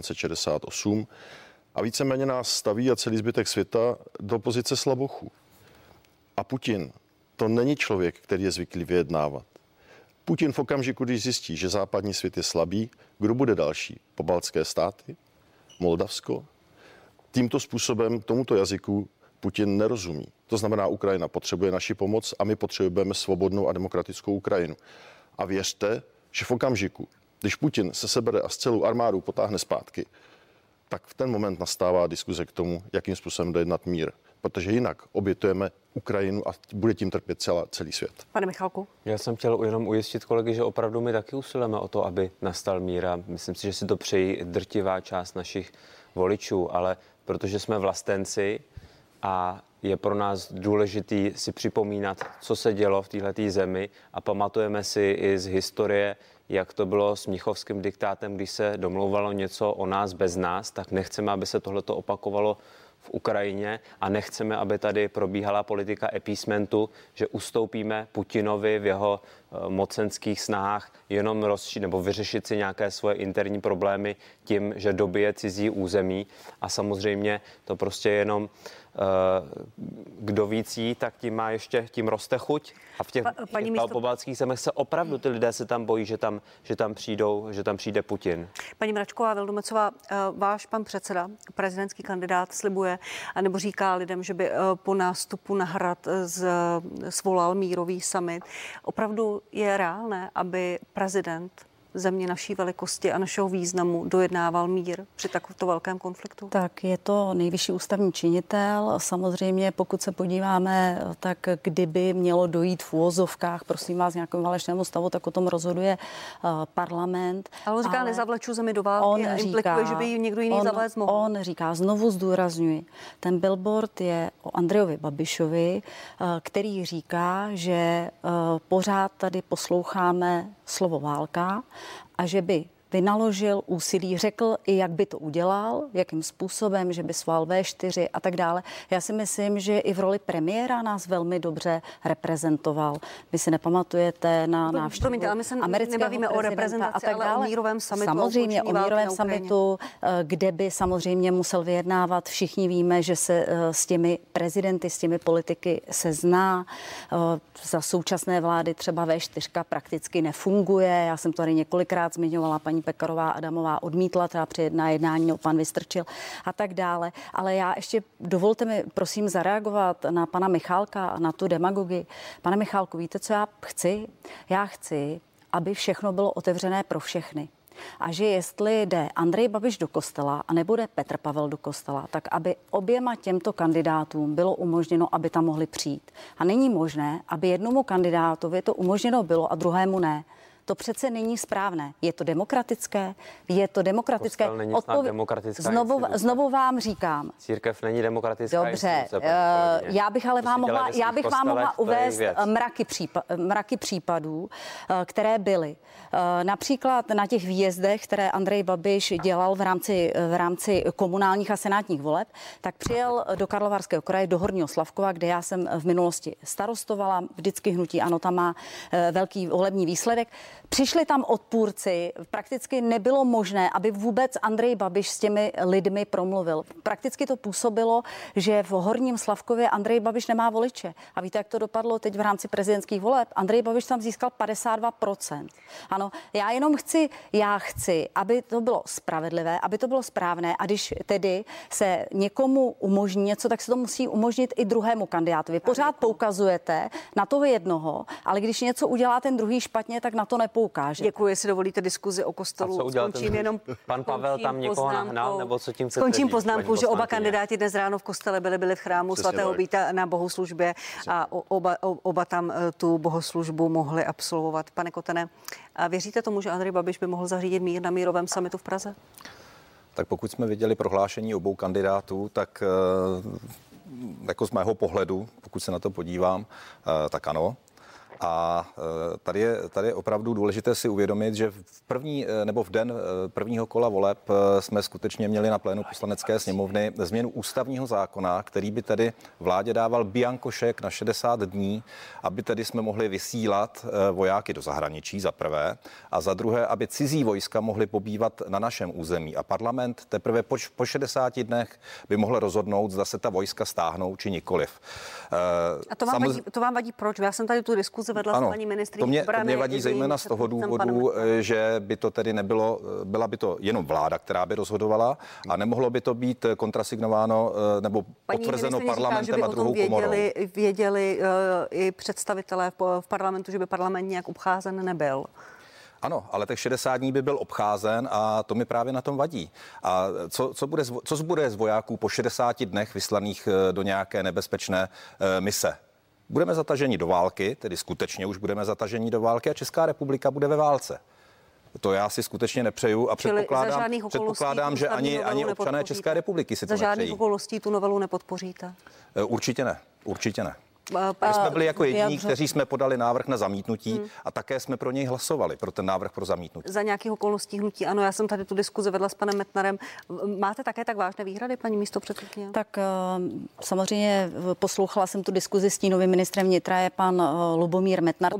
Speaker 3: 1968 a víceméně nás staví a celý zbytek světa do pozice slabochů. A Putin to není člověk, který je zvyklý vyjednávat. Putin v okamžiku, když zjistí, že západní svět je slabý, kdo bude další? Pobaltské státy? Moldavsko? Tímto způsobem tomuto jazyku Putin nerozumí. To znamená, Ukrajina potřebuje naši pomoc a my potřebujeme svobodnou a demokratickou Ukrajinu. A věřte, že v okamžiku, když Putin se sebere a s celou armádou potáhne zpátky, tak v ten moment nastává diskuze k tomu, jakým způsobem dojednat mír. Protože jinak obětujeme Ukrajinu a bude tím trpět celý svět.
Speaker 1: Pane Michalku?
Speaker 5: Já jsem chtěl jenom ujistit kolegy, že opravdu my taky usilujeme o to, aby nastal mír a myslím si, že si to přejí drtivá část našich voličů, ale protože jsme vlastenci a je pro nás důležitý si připomínat, co se dělo v této zemi a pamatujeme si i z historie, jak to bylo s mnichovským diktátem, když se domlouvalo něco o nás bez nás, tak nechceme, aby se tohleto opakovalo v Ukrajině a nechceme, aby tady probíhala politika appeasementu, že ustoupíme Putinovi v jeho mocenských snahách jenom nebo vyřešit si nějaké svoje interní problémy tím, že dobije cizí území a samozřejmě to prostě jenom kdo víc jí, tak tím roste chuť. A v těch pobaltských zemích se opravdu ty lidé se tam bojí, že tam přijde Putin.
Speaker 1: Paní Mračková Vildumetzová, váš pan předseda, prezidentský kandidát, slibuje, nebo říká lidem, že by po nástupu na Hrad svolal mírový summit. Opravdu je reálné, aby prezident země naší velikosti a našeho významu dojednával mír při takovto velkém konfliktu?
Speaker 2: Tak je to nejvyšší ústavní činitel. Samozřejmě, pokud se podíváme, tak kdyby mělo dojít v úvozovkách, prosím vás, nějakému válečnému stavu, tak o tom rozhoduje parlament.
Speaker 1: Ale on říká, nezavleču zemi do války a implikuje, že by ji někdo jiný zavléct mohl.
Speaker 2: On říká, znovu zdůrazňuji, ten billboard je o Andrejovi Babišovi, který říká, že pořád tady posloucháme slovo válka, a že by vynaložil úsilí, řekl i, jak by to udělal, jakým způsobem, že by sval V4 a tak dále. Já si myslím, že i v roli premiéra nás velmi dobře reprezentoval. Vy si nepamatujete na návštěvu amerického
Speaker 1: nebavíme o reprezentaci, ale o mírovém summitu.
Speaker 2: Samozřejmě o mírovém summitu, kde by samozřejmě musel vyjednávat. Všichni víme, že se s těmi prezidenty, s těmi politiky se zná. Za současné vlády třeba V4 prakticky nefunguje. Já jsem to tady několikrát zmiňovala, paní Pekarová Adamová odmítla, třeba při jednání pan Vystrčil a tak dále. Ale já ještě dovolte mi, prosím, zareagovat na pana Michálka a na tu demagogii. Pane Michálku, víte, co já chci? Já chci, aby všechno bylo otevřené pro všechny. A že jestli jde Andrej Babiš do kostela a nebude Petr Pavel do kostela, tak aby oběma těmto kandidátům bylo umožněno, aby tam mohli přijít. A není možné, aby jednomu kandidátovi to umožněno bylo a druhému ne. To přece není správné. Je to demokratické? Je to demokratické?
Speaker 5: Kostel není snad demokratická
Speaker 2: Znovu vám říkám.
Speaker 5: Církev není demokratická.
Speaker 2: Dobře, já bych vám mohla uvést mraky případů, které byly. Například na těch výjezdech, které Andrej Babiš dělal v rámci komunálních a senátních voleb, tak přijel do Karlovarského kraje, do Horního Slavkova, kde já jsem v minulosti starostovala, vždycky hnutí ANO tam má velký volební výsledek. Přišli tam odpůrci, prakticky nebylo možné, aby vůbec Andrej Babiš s těmi lidmi promluvil. Prakticky to působilo, že v Horním Slavkově Andrej Babiš nemá voliče. A víte, jak to dopadlo teď v rámci prezidentských voleb? Andrej Babiš tam získal 52%. Ano, já chci, aby to bylo spravedlivé, aby to bylo správné, a když tedy se někomu umožní něco, tak se to musí umožnit i druhému kandidátovi. Pořád poukazujete na toho jednoho, ale když něco udělá ten druhý špatně, tak na to nepoukáže.
Speaker 1: Děkuji, jestli dovolíte diskuzi o kostelu.
Speaker 5: Skončím jenom pan Pavel tam někoho nahnal, nebo co tím chcete
Speaker 1: Skončím
Speaker 5: říct,
Speaker 1: poznámkou, že oba kandidáti dnes ráno v kostele byli v chrámu svatého Víta na bohoslužbě a oba tam tu bohoslužbu mohli absolvovat. Pane Kotene, věříte tomu, že Andrej Babiš by mohl zařídit mír na mírovém summitu v Praze?
Speaker 4: Tak pokud jsme viděli prohlášení obou kandidátů, tak jako z mého pohledu, pokud se na to podívám, tak ano. A tady je opravdu důležité si uvědomit, že v den prvního kola voleb jsme skutečně měli na plénu Poslanecké sněmovny změnu ústavního zákona, který by tedy vládě dával bianko šek na 60 dní, aby tedy jsme mohli vysílat vojáky do zahraničí za prvé a za druhé, aby cizí vojska mohly pobývat na našem území. A parlament teprve po 60 dnech by mohl rozhodnout, zda se ta vojska stáhnou či nikoliv.
Speaker 1: A to vám vadí proč? Já jsem tady tu diskuzi vedla s paní ministryní
Speaker 4: obrany. To mě vadí zejména z toho důvodu, že by to tedy byla by to jenom vláda, která by rozhodovala a nemohlo by to být kontrasignováno nebo potvrzeno parlamentem
Speaker 1: říká,
Speaker 4: a druhou komorou.
Speaker 1: Věděli i představitelé v parlamentu, že by parlament nějak obcházen nebyl.
Speaker 4: Ano, ale těch 60 dní by byl obcházen a to mi právě na tom vadí. A co zbude z vojáků po 60 dnech vyslaných do nějaké nebezpečné mise? Budeme zataženi do války, tedy skutečně už budeme zataženi do války a Česká republika bude ve válce. To já si skutečně nepřeju a předpokládám, že ani občané České republiky si to nepřejí.
Speaker 1: Za žádných okolností tu novelu nepodpoříte?
Speaker 4: Určitě ne. My jsme byli jako jediní, kteří jsme podali návrh na zamítnutí a také jsme pro něj hlasovali, pro ten návrh pro zamítnutí.
Speaker 1: Za nějakých okolností hnutí ano, já jsem tady tu diskuzi vedla s panem Metnarem. Máte také tak vážné výhrady, paní místopředsedkyně?
Speaker 2: Tak samozřejmě poslouchala jsem tu diskuzi s tím novým ministrem vnitra, je pan Lubomír Metnar,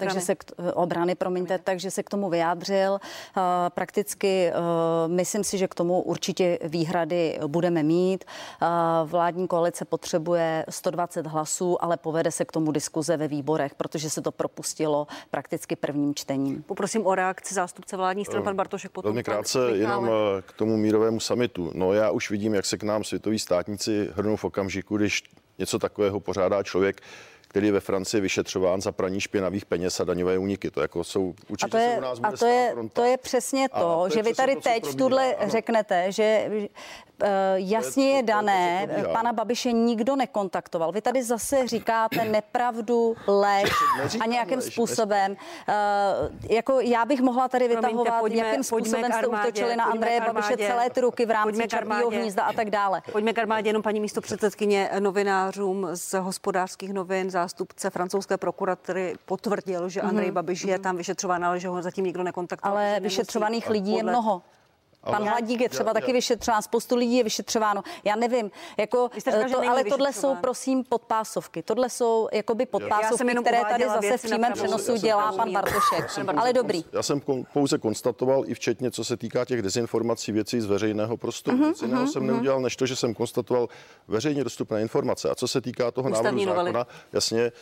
Speaker 2: takže se k tomu vyjádřil. Prakticky myslím si, že k tomu určitě výhrady budeme mít. Vládní koalice potřebuje 120 hlasů, ale povede se k tomu diskuze ve výborech, protože se to propustilo prakticky prvním čtením.
Speaker 1: Poprosím o reakci zástupce vládních stran, pan Bartošek. Potom
Speaker 3: velmi krátce jenom k tomu mírovému summitu. No já už vidím, jak se k nám světoví státníci hrnou v okamžiku, když něco takového pořádá člověk, který je ve Francii vyšetřován za praní špinavých peněz a daňové úniky. To jako jsou určitě u nás bude stát fronta.
Speaker 2: To je přesně to, že vy tady teď tuhle řeknete, že jasně je dané, pana Babiše nikdo nekontaktoval. Vy tady zase říkáte nepravdu, lež a nějakým způsobem. Jako já bych mohla tady vytahovat, jakým způsobem jste útočili na Andreje Babiše celé ty roky v rámci Čapího hnízda a tak dále.
Speaker 1: Pojďme k armádě, jenom paní místopředsedkyně, novinářům z Hospodářských novin, zástupce francouzské prokuratury potvrdil, že Andrej Babiš je tam vyšetřován, ale že ho zatím nikdo nekontaktoval.
Speaker 2: Ale vyšetřovaných lidí je mnoho. Pan Hladík je třeba taky vyšetřován, spoustu lidí je vyšetřováno. Já nevím, ale tohle jsou prosím podpásovky. Tohle jsou jakoby podpásovky, které tady zase v přímém přenosu dělá pan Bartošek. Ale dobrý.
Speaker 3: Já jsem pouze konstatoval i včetně, co se týká těch dezinformací, věcí z veřejného prostoru. Nic jiného jsem neudělal, než to, že jsem konstatoval veřejně dostupné informace. A co se týká toho návrhu zákona, jasně,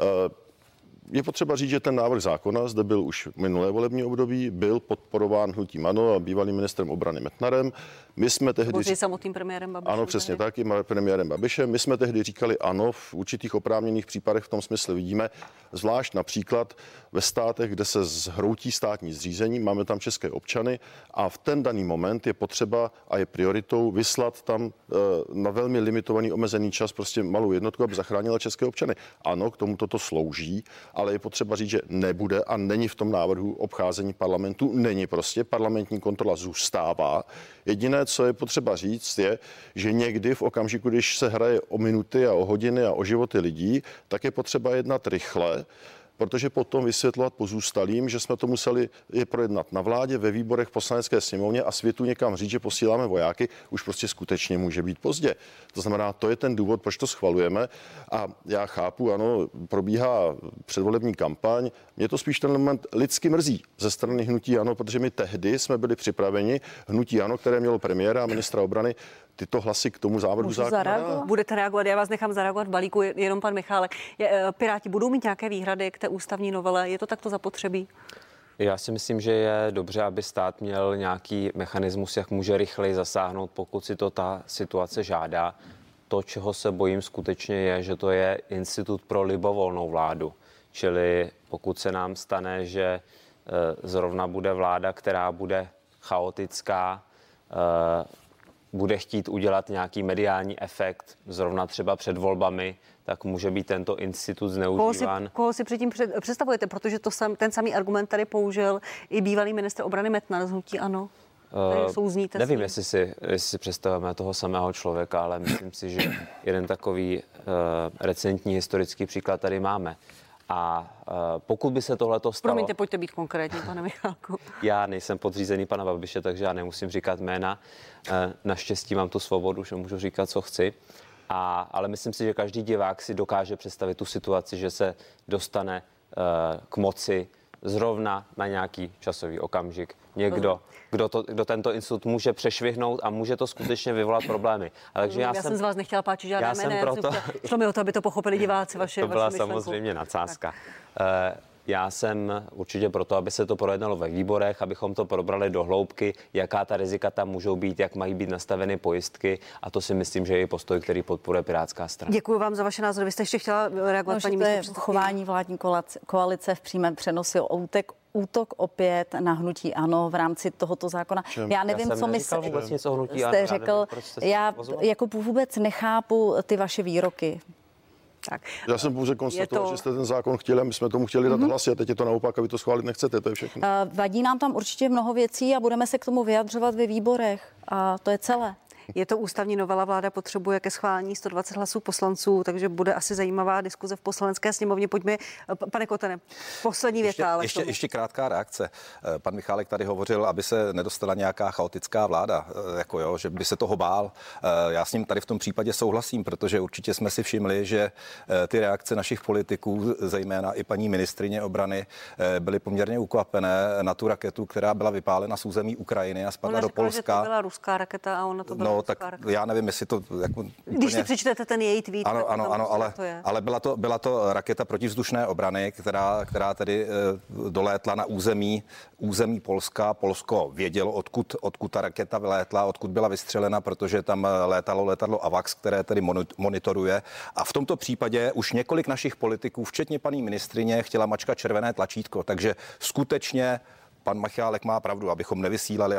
Speaker 3: je potřeba říct, že ten návrh zákona zde byl už minulé volební období, byl podporován hnutím ANO a bývalým ministrem obrany Metnarem. My jsme tehdy
Speaker 1: samotným premiérem Babišem.
Speaker 3: Ano, přesně tak, i premiérem Babišem. My jsme tehdy říkali ano, v určitých oprávněných případech v tom smyslu vidíme, zvlášť například ve státech, kde se zhroutí státní zřízení, máme tam české občany a v ten daný moment je potřeba a je prioritou vyslat tam na velmi limitovaný omezený čas prostě malou jednotku, aby zachránila české občany. Ano, k tomu toto slouží, ale je potřeba říct, že nebude a není v tom návrhu obcházení parlamentu, není prostě, parlamentní kontrola zůstává. Jediné, co je potřeba říct, je, že někdy v okamžiku, když se hraje o minuty a o hodiny a o životy lidí, tak je potřeba jednat rychle, protože potom vysvětlovat pozůstalým, že jsme to museli je projednat na vládě, ve výborech Poslanecké sněmovně a světu někam říct, že posíláme vojáky, už prostě skutečně může být pozdě. To znamená, to je ten důvod, proč to schvalujeme a já chápu, ano, probíhá předvolební kampaň. Mě to spíš ten moment lidsky mrzí ze strany hnutí ANO, protože my tehdy jsme byli připraveni, hnutí ANO, které mělo premiéra a ministra obrany, tyto hlasy k tomu závrhu zákona.
Speaker 1: Budete reagovat, já vás nechám zareagovat v balíku, jenom pan Michálek. Piráti budou mít nějaké výhrady k té ústavní novele? Je to takto zapotřebí?
Speaker 5: Já si myslím, že je dobře, aby stát měl nějaký mechanismus, jak může rychleji zasáhnout, pokud si to ta situace žádá. To, čeho se bojím skutečně je, že to je institut pro libovolnou vládu. Čili pokud se nám stane, že zrovna bude vláda, která bude chaotická, bude chtít udělat nějaký mediální efekt, zrovna třeba před volbami, tak může být tento institut zneužíván.
Speaker 1: Koho si předtím představujete? Protože ten samý argument tady použil i bývalý ministr obrany Metnar z hnutí ANO.
Speaker 5: Nevím, jestli si představujeme toho samého člověka, ale myslím si, že jeden takový recentní historický příklad tady máme. A pokud by se tohleto stalo...
Speaker 1: Promiňte, pojďte být konkrétní, pane Michálku.
Speaker 5: Já nejsem podřízený pana Babiše, takže já nemusím říkat jména. Naštěstí mám tu svobodu, že můžu říkat, co chci. Ale myslím si, že každý divák si dokáže představit tu situaci, že se dostane k moci zrovna na nějaký časový okamžik. Někdo, kdo tento institut může přešvihnout a může to skutečně vyvolat problémy. Takže
Speaker 1: já jsem z vás nechtěla páčit žádné jména. Šlo mi o to, aby to pochopili diváci vaše
Speaker 5: To byla
Speaker 1: myšlenku.
Speaker 5: samozřejmě nadsázka. Já jsem určitě proto, aby se to projednalo ve výborech, abychom to probrali do hloubky, jaká ta rizika tam můžou být, jak mají být nastaveny pojistky, a to si myslím, že je postoj, který podporuje Pirátská strana.
Speaker 1: Děkuji vám za vaše názory. Vy jste ještě chtěla reagovat, paní místopředsedkyně.
Speaker 2: Chování vládní koalice v přímém přenosu, útok opět na hnutí ANO v rámci tohoto zákona. Já nevím, co jste řekl. Já jako vůbec nechápu ty vaše výroky.
Speaker 1: Tak.
Speaker 3: Já jsem pouze konstatoval, že jste ten zákon chtěli a my jsme tomu chtěli dát hlasy a teď je to naopak a vy to schválit nechcete, to je všechno.
Speaker 2: Vadí nám tam určitě mnoho věcí a budeme se k tomu vyjadřovat ve výborech a to je celé.
Speaker 1: Je to ústavní novela, vláda potřebuje ke schválení 120 hlasů poslanců, takže bude asi zajímavá diskuze v Poslanecké sněmovně. Pojďme, pane Kotene, poslední věta.
Speaker 4: Ještě krátká reakce. Pan Michálek tady hovořil, aby se nedostala nějaká chaotická vláda, že by se toho bál. Já s ním tady v tom případě souhlasím, protože určitě jsme si všimli, že ty reakce našich politiků, zejména i paní ministryně obrany, byly poměrně ukvapené na tu raketu, která byla vypálena z území Ukrajiny a spadla do Polska.
Speaker 1: Že to byla ruská raketa a ona to byla.
Speaker 4: No, tak já nevím, jestli to jako úplně...
Speaker 1: Když si přečtete ten její tweet,
Speaker 4: ano, ale byla to raketa protivzdušné obrany, která tedy dolétla na území Polska. Polsko vědělo, odkud ta raketa vylétla, odkud byla vystřelena, protože tam létalo letadlo AVAX, které tedy monitoruje. A v tomto případě už několik našich politiků, včetně paní ministryně, chtěla mačkat červené tlačítko, takže skutečně pan Michálek má pravdu, abychom nevysílali,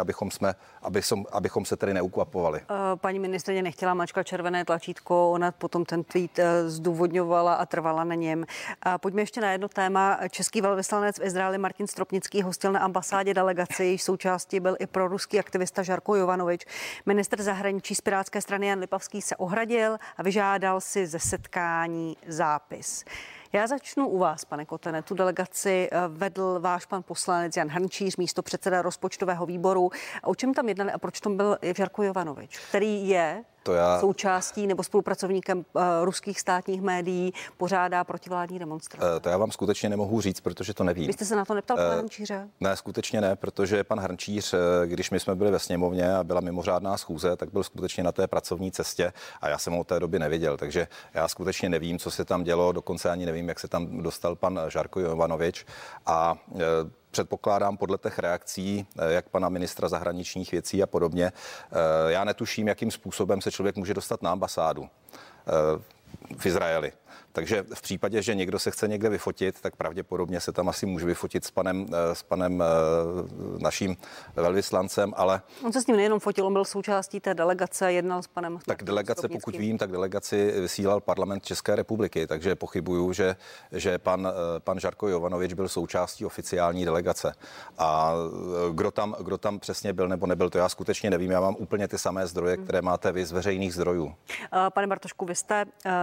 Speaker 4: abychom se tedy neukvapovali.
Speaker 1: Paní ministryně nechtěla mačkat červené tlačítko, ona potom ten tweet zdůvodňovala a trvala na něm. Pojďme ještě na jedno téma. Český velvyslanec v Izraeli Martin Stropnický hostil na ambasádě delegaci, jejíž součástí byl i proruský aktivista Žarko Jovanovič. Ministr zahraničí z Pirátské strany Jan Lipavský se ohradil a vyžádal si ze setkání zápis. Já začnu u vás, pane Kotene. Tu delegaci vedl váš pan poslanec Jan Hrnčíř, místopředseda rozpočtového výboru. O čem tam jednali a proč tam byl Žarko Jovanovič, který je součástí nebo spolupracovníkem ruských státních médií, pořádá protivládní demonstrace?
Speaker 4: To já vám skutečně nemohu říct, protože to nevím.
Speaker 1: Vy jste se na to neptal, pane Hrnčíře?
Speaker 4: Ne, skutečně ne, protože pan Hrnčíř, když my jsme byli ve sněmovně a byla mimořádná schůze, tak byl skutečně na té pracovní cestě a já jsem ho od té doby neviděl, takže já skutečně nevím, co se tam dělo, dokonce ani nevím, jak se tam dostal pan Žarko Jovanovič a předpokládám podle těch reakcí, jak pana ministra zahraničních věcí a podobně. Já netuším, jakým způsobem se člověk může dostat na ambasádu. v Izraeli. Takže v případě, že někdo se chce někde vyfotit, tak pravděpodobně se tam asi může vyfotit s panem naším velvyslancem, ale...
Speaker 1: On se s ním nejenom fotil, on byl součástí té delegace, jednal s panem...
Speaker 4: Tak delegace, pokud vím, tak delegaci vysílal Parlament České republiky, takže pochybuju, že pan Žarko Jovanovič byl součástí oficiální delegace. A kdo tam přesně byl nebo nebyl, to já skutečně nevím. Já mám úplně ty samé zdroje, které máte vy z veřejných zdrojů.
Speaker 1: Pane Bartošku, vy jste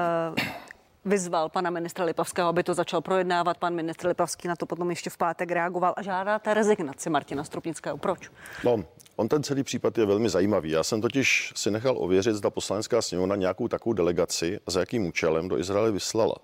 Speaker 1: vyzval pana ministra Lipavského, aby to začal projednávat. Pan ministr Lipavský na to potom ještě v pátek reagoval a žádáte rezignaci Martina Stropnického. Proč?
Speaker 3: No, on ten celý případ je velmi zajímavý. Já jsem totiž si nechal ověřit, zda Poslanecká sněmovna nějakou takovou delegaci a za jakým účelem do Izraele vyslala.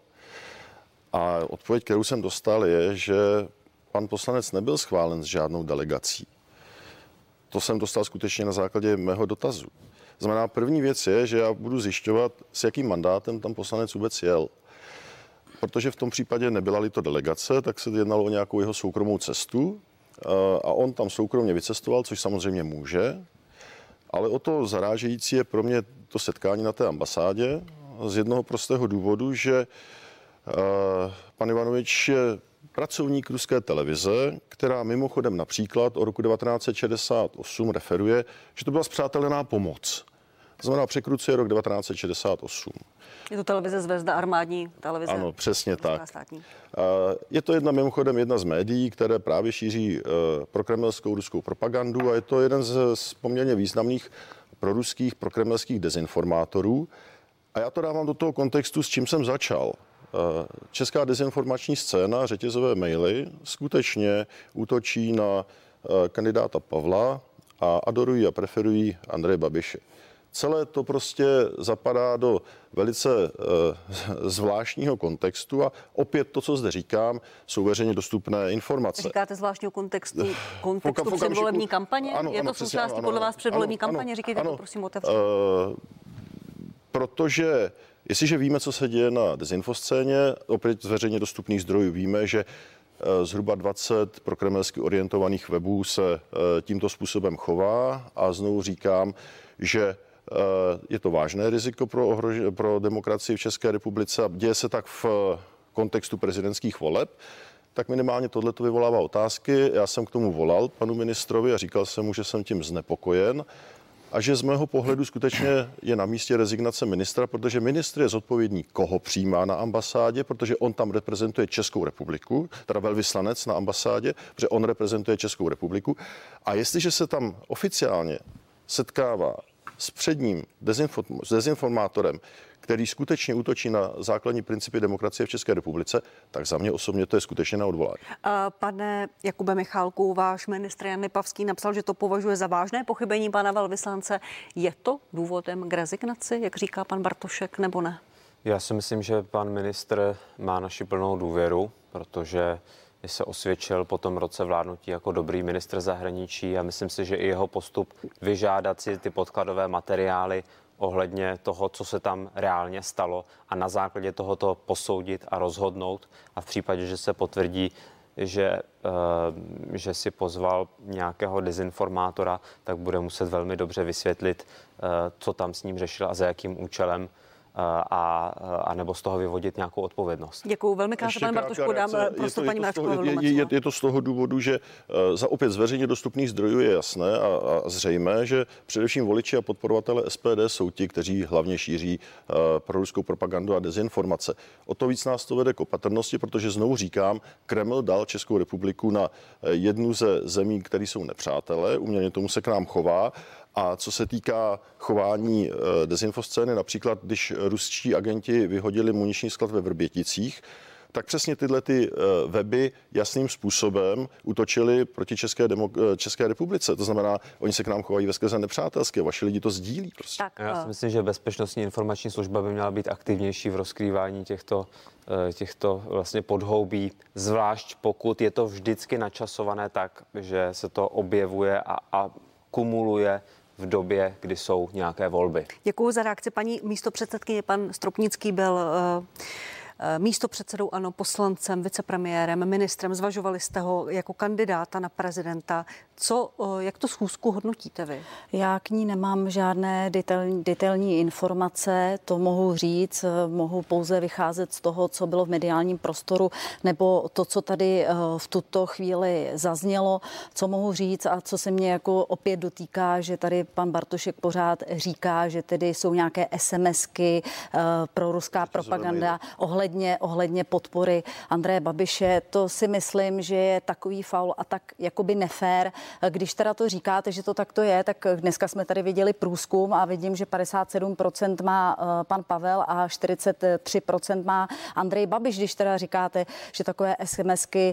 Speaker 3: A odpověď, kterou jsem dostal, je, že pan poslanec nebyl schválen s žádnou delegací. To jsem dostal skutečně na základě mého dotazu. Znamená, první věc je, že já budu zjišťovat, s jakým mandátem tam poslanec vůbec jel. Protože v tom případě nebyla-li to delegace, tak se jednalo o nějakou jeho soukromou cestu a on tam soukromně vycestoval, což samozřejmě může. Ale o to zarážející je pro mě to setkání na té ambasádě z jednoho prostého důvodu, že pan Ivanovič je pracovník ruské televize, která mimochodem například o roku 1968 referuje, že to byla spřátelená pomoc. To znamená, překrucuje rok 1968.
Speaker 1: Je to televize Zvezda, armádní televize?
Speaker 3: Ano, přesně tak.
Speaker 1: Státní.
Speaker 3: Je to jedna z médií, které právě šíří prokremelskou ruskou propagandu a je to jeden z poměrně významných proruských, prokremelských dezinformátorů. A já to dávám do toho kontextu, s čím jsem začal. Česká dezinformační scéna, řetězové maily, skutečně útočí na kandidáta Pavla a adorují a preferují Andreje Babiše. Celé to prostě zapadá do velice zvláštního kontextu a opět to, co zde říkám, jsou veřejně dostupné informace.
Speaker 1: Říkáte zvláštního kontextu předvolební kampaně?
Speaker 3: Ano,
Speaker 1: je to součástí podle vás předvolební kampaně? Říkejte to prosím otevřeně.
Speaker 3: Protože jestliže víme, co se děje na dezinfoscéně, opět z veřejně dostupných zdrojů víme, že zhruba 20 prokremelsky orientovaných webů se tímto způsobem chová a znovu říkám, že je to vážné riziko pro demokracii v České republice a děje se tak v kontextu prezidentských voleb, tak minimálně tohleto vyvolává otázky. Já jsem k tomu volal panu ministrovi a říkal jsem mu, že jsem tím znepokojen a že z mého pohledu skutečně je na místě rezignace ministra, protože ministr je zodpovědný, koho přijímá na ambasádě, protože on tam reprezentuje Českou republiku, teda velvyslanec na ambasádě, protože on reprezentuje Českou republiku. A jestliže se tam oficiálně setkává s předním dezinformátorem, který skutečně útočí na základní principy demokracie v České republice, tak za mě osobně to je skutečně na odvolání.
Speaker 1: Pane Jakube Michálku, váš ministr Jan Lipavský napsal, že to považuje za vážné pochybení pana velvyslance. Je to důvodem k rezignaci, jak říká pan Bartošek, nebo ne?
Speaker 5: Já si myslím, že pan ministr má naši plnou důvěru, protože se osvědčil po tom roce vládnutí jako dobrý ministr zahraničí a myslím si, že i jeho postup vyžádat si ty podkladové materiály ohledně toho, co se tam reálně stalo a na základě tohoto posoudit a rozhodnout a v případě, že se potvrdí, že si pozval nějakého dezinformátora, tak bude muset velmi dobře vysvětlit, co tam s ním řešil a za jakým účelem a nebo z toho vyvodit nějakou odpovědnost.
Speaker 1: Děkuju. Velmi krátce, pane Bartošku, dám prostor paní Mračkové.
Speaker 3: Je to z toho důvodu, že za opět z veřejně dostupných zdrojů je jasné a zřejmé, že především voliči a podporovatelé SPD jsou ti, kteří hlavně šíří proruskou propagandu a dezinformace. O to víc nás to vede k opatrnosti, protože znovu říkám, Kreml dal Českou republiku na jednu ze zemí, které jsou nepřátelé, umělně tomu se k nám chová. A co se týká chování dezinfoscény, například když ruští agenti vyhodili muniční sklad ve Vrběticích, tak přesně tyhle ty weby jasným způsobem útočily proti České republice. To znamená, oni se k nám chovají veskrze nepřátelské, vaši lidi to sdílí. Prostě.
Speaker 5: Já si myslím, že Bezpečnostní informační služba by měla být aktivnější v rozkrývání těchto vlastně podhoubí, zvlášť pokud je to vždycky načasované tak, že se to objevuje a kumuluje v době, kdy jsou nějaké volby.
Speaker 1: Děkuji za reakci paní místopředsedkyně. Pan Stropnický byl místopředsedou ANO, poslancem, vicepremiérem, ministrem. Zvažovali jste ho jako kandidáta na prezidenta. Jak to schůzku hodnotíte vy?
Speaker 2: Já k ní nemám žádné detailní informace, to mohu říct, mohu pouze vycházet z toho, co bylo v mediálním prostoru, nebo to, co tady v tuto chvíli zaznělo, co mohu říct a co se mě jako opět dotýká, že tady pan Bartošek pořád říká, že tedy jsou nějaké SMSky, proruská propaganda ohledně podpory Andreje Babiše. To si myslím, že je takový faul a tak jakoby nefér. Když teda to říkáte, že to takto je, tak dneska jsme tady viděli průzkum a vidím, že 57% má pan Pavel a 43% má Andrej Babiš, když teda říkáte, že takové SMSky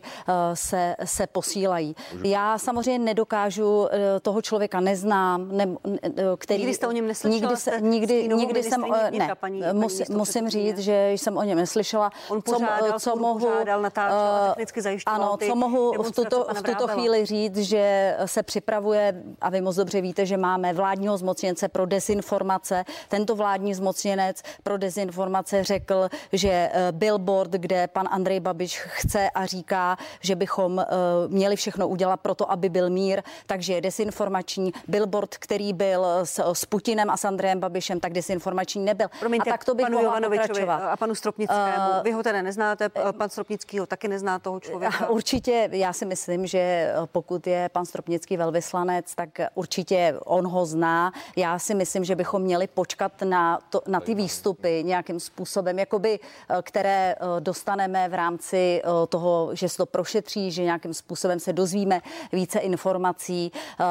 Speaker 2: se posílají. Já samozřejmě nedokážu, toho člověka neznám, který...
Speaker 1: Nikdy jste o něm neslyšela?
Speaker 2: Nikdy jsem... Ne, musím říct, že jsem o něm neslyšela.
Speaker 1: On pořádal, natáčel, technicky zajišťoval.
Speaker 2: Ano, co mohu v tuto chvíli říct, že se připravuje, a vy moc dobře víte, že máme vládního zmocněnce pro dezinformace. Tento vládní zmocněnec pro dezinformace řekl, že billboard, kde pan Andrej Babiš chce a říká, že bychom měli všechno udělat pro to, aby byl mír, takže je dezinformační. Billboard, který byl s Putinem a s Andrejem Babišem, tak dezinformační nebyl.
Speaker 1: Promiňte,
Speaker 2: a tak to bych
Speaker 1: panu Jovanovičovi
Speaker 2: a
Speaker 1: panu Stropnickému. Vy ho teda neznáte, pan Stropnický ho taky nezná, toho člověka.
Speaker 2: Určitě, já si myslím, že pokud je pan Stropnický velvyslanec, tak určitě on ho zná. Já si myslím, že bychom měli počkat na ty výstupy nějakým způsobem, jakoby, které dostaneme v rámci toho, že se to prošetří, že nějakým způsobem se dozvíme více informací.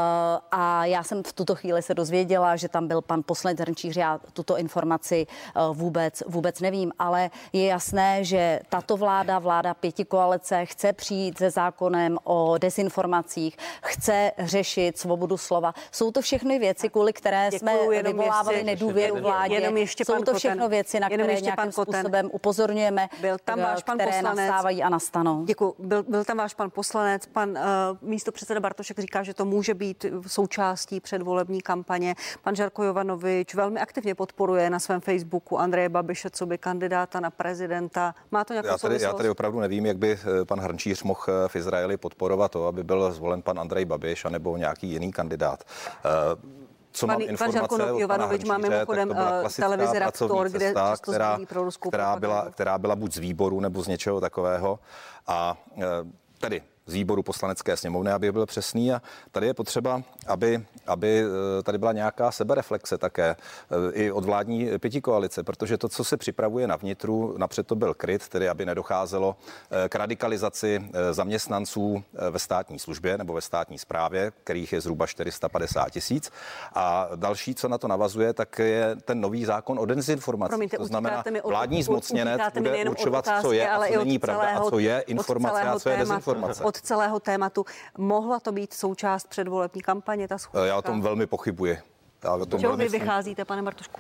Speaker 2: A já jsem v tuto chvíli se dozvěděla, že tam byl pan poslanec Hrnčíř. Já tuto informaci vůbec nevím, ale je jasné, že tato vláda pětikoalice chce přijít se zákonem o dezinformacích, chce řešit svobodu slova. Jsou to všechny věci, kvůli které jsme vyvolávali nedůvěru vládě. Jsou to všechno věci, na které nějakým způsobem upozorňujeme, které nastávají a nastanou.
Speaker 1: Děkuji. Byl tam váš pan poslanec, pan místopředseda Bartošek říká, že to může být součástí předvolební kampaně. Pan Žarko Jovanovič velmi aktivně podporuje na svém Facebooku Andreje Babiše coby kandidáta na prezidenta. Má to nějakou souvislost?
Speaker 4: Já tady opravdu nevím, jak by pan Hrnčíř mohl v Izraeli podporovat to, aby byl zvolen pan Andrej Babiš anebo nějaký jiný kandidát. Co mám informace od pana Hrnčíře, tak to byla klasická pracovní cesta, která byla buď z výboru nebo z něčeho takového. A tedy z výboru Poslanecké sněmovny, aby byl přesný. A tady je potřeba, aby tady byla nějaká sebereflexe také i od vládní pětikoalice, protože to, co se připravuje na vnitru, napřed to byl KRIT, tedy aby nedocházelo k radikalizaci zaměstnanců ve státní službě nebo ve státní správě, kterých je zhruba 450 000. A další, co na to navazuje, tak je ten nový zákon o dezinformaci. To znamená, vládní zmocněnec bude určovat, co je a co není pravda a co je informace a co je dezinformace.
Speaker 1: Od celého tématu. Mohla to být součást předvolební kampaně, ta schůzka?
Speaker 4: Já o tom velmi pochybuji.
Speaker 1: Čeho vy vycházíte, pane Bartošku?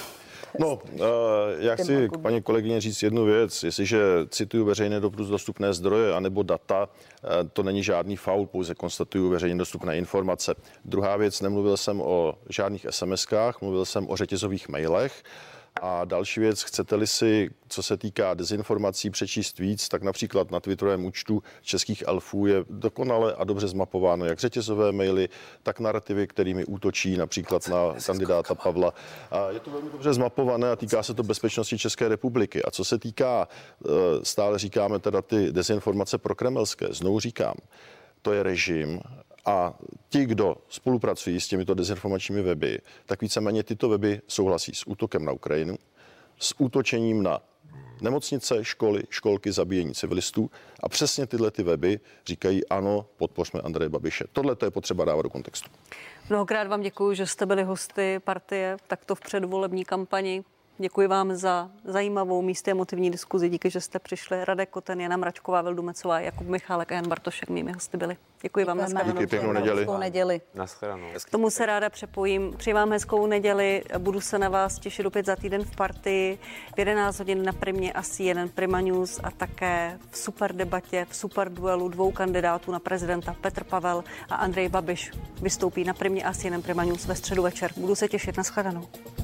Speaker 3: No, já chci paní kolegyně říct jednu věc. Jestliže cituju veřejně dostupné zdroje anebo data, to není žádný faul, pouze konstatuju veřejně dostupné informace. Druhá věc, nemluvil jsem o žádných SMS-kách, mluvil jsem o řetězových mailech. A další věc, chcete-li si, co se týká dezinformací, přečíst víc, tak například na twitterovém účtu Českých elfů je dokonale a dobře zmapováno jak řetězové maily, tak narrativy, kterými útočí například na kandidáta Pavla. A je to velmi dobře zmapované a týká se to bezpečnosti České republiky. A co se týká, stále říkáme teda ty dezinformace prokremelské, znovu říkám, to je režim. A ti, kdo spolupracují s těmito dezinformačními weby, tak víceméně tyto weby souhlasí s útokem na Ukrajinu, s útočením na nemocnice, školy, školky, zabíjení civilistů a přesně tyhle ty weby říkají ano, podpořme Andreje Babiše. Tohle to je potřeba dávat do kontextu.
Speaker 1: Mnohokrát vám děkuji, že jste byli hosty partie takto v předvolební kampani. Děkuji vám za zajímavou místě emotivní diskuzi. Díky, že jste přišli. Radek Koten, Jana Mračková, Vildumecová, Jakub Michálek a Jan Bartošek, mými hosty byli. Děkuji vám.
Speaker 3: Díky, pěknou neděli.
Speaker 1: K tomu se ráda přepojím. Přeji vám hezkou neděli. Budu se na vás těšit opět za týden v Partii. V 11 hodin na Primě a CNN Prima News a také v super debatě, v super duelu dvou kandidátů na prezidenta. Petr Pavel a Andrej Babiš vystoupí na Primě a CNN Prima News ve středu večer. Budu se těšit. Nashledanou.